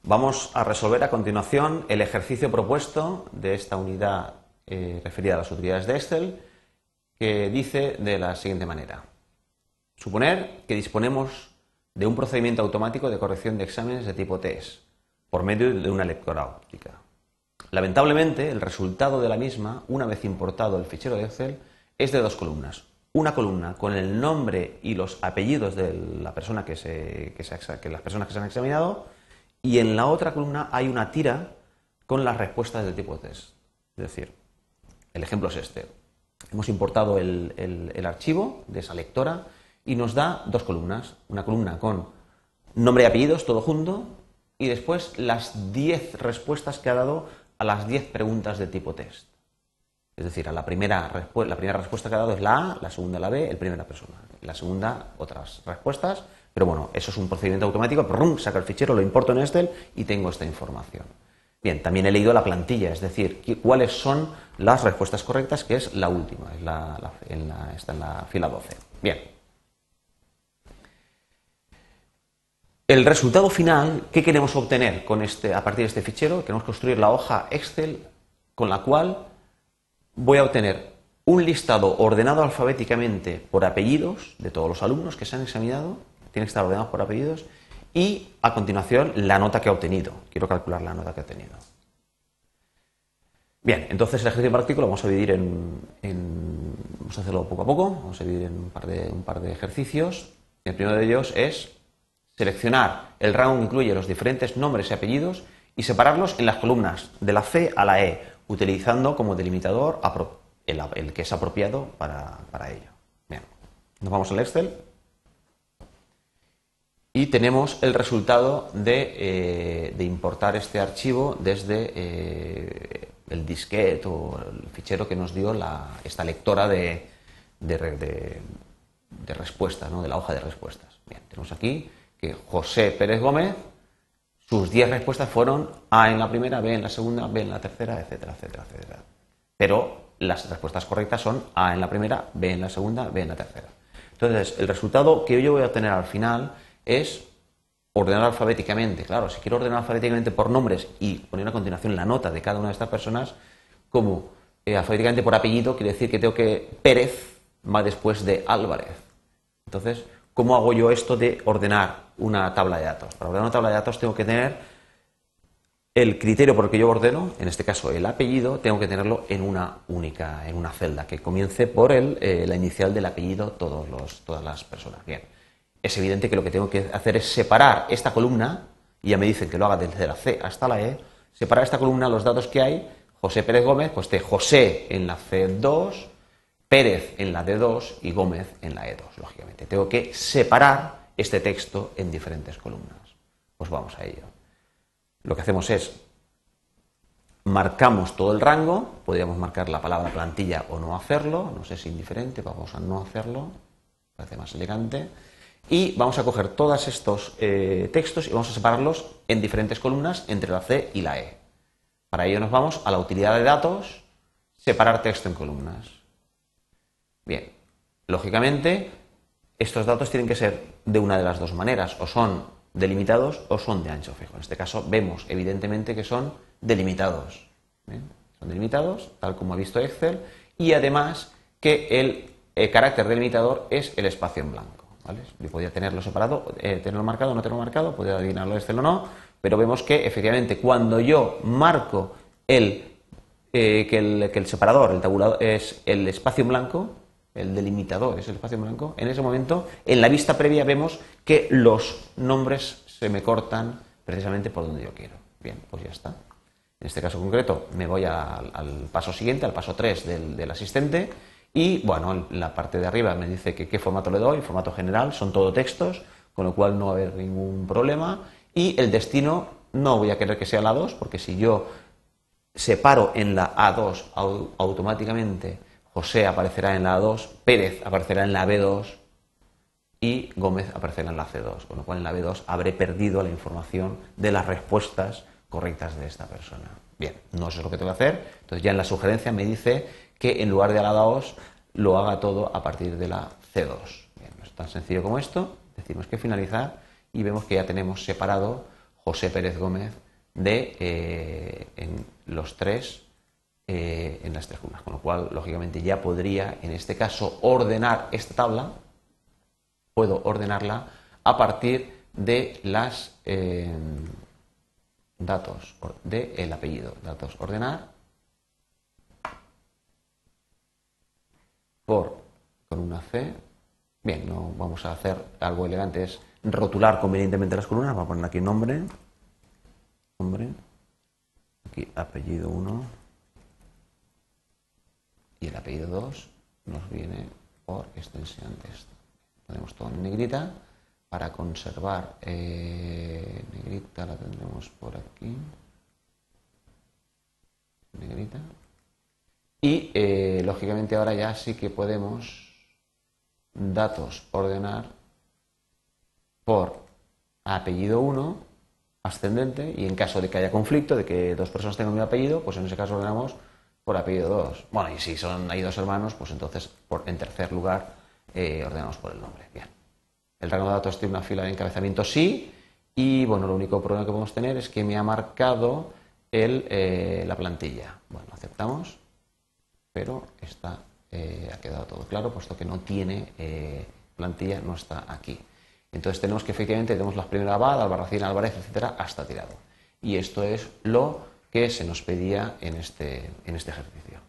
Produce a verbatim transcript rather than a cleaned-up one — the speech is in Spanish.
Vamos a resolver a continuación el ejercicio propuesto de esta unidad eh, referida a las utilidades de Excel, que dice de la siguiente manera. Suponer que disponemos de un procedimiento automático de corrección de exámenes de tipo test por medio de una lectora óptica. Lamentablemente, el resultado de la misma, una vez importado el fichero de Excel, es de dos columnas. Una columna con el nombre y los apellidos de la persona que se, que se, que las personas que se han examinado, y en la otra columna hay una tira con las respuestas del tipo test. Es decir, el ejemplo es este. Hemos importado el, el, el archivo de esa lectora y nos da dos columnas. Una columna con nombre y apellidos, todo junto, y después las diez respuestas que ha dado a las diez preguntas de tipo test. Es decir, a la primera, la primera respuesta que ha dado es la A, la segunda la B, el primera persona. La segunda, otras respuestas. Pero bueno, eso es un procedimiento automático, ¡prum!, saco el fichero, lo importo en Excel y tengo esta información. Bien, también he leído la plantilla, es decir, cuáles son las respuestas correctas, que es la última, es la, la, en la, está en la fila doce. Bien. El resultado final, ¿qué queremos obtener con este, a partir de este fichero? Queremos construir la hoja Excel con la cual voy a obtener un listado ordenado alfabéticamente por apellidos de todos los alumnos que se han examinado. Tiene que estar ordenados por apellidos, y a continuación la nota que ha obtenido. Quiero calcular la nota que ha obtenido. Bien, entonces el ejercicio práctico lo vamos a dividir en, en vamos a hacerlo poco a poco, vamos a dividir en un par de, un par de ejercicios. El primero de ellos es seleccionar el rango que incluye los diferentes nombres y apellidos y separarlos en las columnas de la C a la E, utilizando como delimitador el, el que es apropiado para, para ello. Bien, nos vamos al Excel. Y tenemos el resultado de, eh, de importar este archivo desde eh, el disquete o el fichero que nos dio la, esta lectora de, de, de, de respuestas, ¿no? De la hoja de respuestas. Bien, tenemos aquí que José Pérez Gómez, sus diez respuestas fueron A en la primera, B en la segunda, B en la tercera, etcétera, etcétera, etcétera. Pero las respuestas correctas son A en la primera, B en la segunda, B en la tercera. Entonces, el resultado que yo voy a obtener al final es ordenar alfabéticamente. Claro, si quiero ordenar alfabéticamente por nombres y poner a continuación la nota de cada una de estas personas, como eh, alfabéticamente por apellido, quiere decir que tengo que Pérez va después de Álvarez. Entonces, ¿cómo hago yo esto de ordenar una tabla de datos? Para ordenar una tabla de datos tengo que tener el criterio por el que yo ordeno, en este caso el apellido, tengo que tenerlo en una única, en una celda, que comience por el, eh, la inicial del apellido todos los, todas las personas. Bien. Es evidente que lo que tengo que hacer es separar esta columna, y ya me dicen que lo haga desde la C hasta la E, separar esta columna, los datos que hay, José Pérez Gómez, pues de José en la C dos, Pérez en la D dos y Gómez en la E dos, lógicamente. Tengo que separar este texto en diferentes columnas. Pues vamos a ello. Lo que hacemos es, marcamos todo el rango, podríamos marcar la palabra plantilla o no hacerlo, no sé si indiferente, vamos a no hacerlo, parece más elegante. Y vamos a coger todos estos eh, textos y vamos a separarlos en diferentes columnas entre la C y la E. Para ello nos vamos a la utilidad de datos, separar texto en columnas. Bien, lógicamente estos datos tienen que ser de una de las dos maneras, o son delimitados o son de ancho fijo. En este caso vemos evidentemente que son delimitados. ¿Bien? Son delimitados, tal como ha visto Excel, y además que el, el carácter delimitador es el espacio en blanco. ¿Vale? Yo podría tenerlo separado, eh, tenerlo marcado o no tenerlo marcado, podría adivinarlo Excel o no, pero vemos que efectivamente cuando yo marco el, eh, que, el, que el separador, el tabulador, es el espacio en blanco, el delimitador es el espacio en blanco, en ese momento, en la vista previa vemos que los nombres se me cortan precisamente por donde yo quiero. Bien, pues ya está. En este caso concreto me voy a, al paso siguiente, al paso tres del, del asistente. Y bueno, en la parte de arriba me dice que qué formato le doy, formato general, son todo textos, con lo cual no va a haber ningún problema. Y el destino no voy a querer que sea la dos, porque si yo separo en la A dos, automáticamente José aparecerá en la A dos, Pérez aparecerá en la B dos y Gómez aparecerá en la C dos, con lo cual en la B dos habré perdido la información de las respuestas correctas de esta persona. Bien, no sé lo que tengo que hacer, entonces ya en la sugerencia me dice que en lugar de a la dos lo haga todo a partir de la C dos. Bien, no es tan sencillo como esto, decimos que finalizar y vemos que ya tenemos separado José Pérez Gómez de eh, en los tres eh, en las tres columnas, con lo cual lógicamente ya podría en este caso ordenar esta tabla, puedo ordenarla a partir de las eh, datos del apellido, datos ordenar por con una C. Bien, no vamos a hacer algo elegante, es rotular convenientemente las columnas. Vamos a poner aquí nombre, nombre, aquí apellido uno y el apellido dos nos viene por extensión de esto. Ponemos todo en negrita para conservar, eh, negrita la tendremos por aquí, negrita. Y eh, lógicamente ahora ya sí que podemos datos ordenar por apellido uno, ascendente, y en caso de que haya conflicto, de que dos personas tengan un apellido, pues en ese caso ordenamos por apellido dos. Bueno, y si son hay dos hermanos, pues entonces por, en tercer lugar eh, ordenamos por el nombre. Bien. El rango de datos tiene una fila de encabezamiento sí, y bueno, lo único problema que podemos tener es que me ha marcado el, eh, la plantilla. Bueno, aceptamos, pero está, eh, ha quedado todo claro, puesto que no tiene eh, plantilla, no está aquí. Entonces tenemos que efectivamente tenemos las primeras Abad, Albarracín, Álvarez, etcétera, hasta tirado. Y esto es lo que se nos pedía en este, en este ejercicio.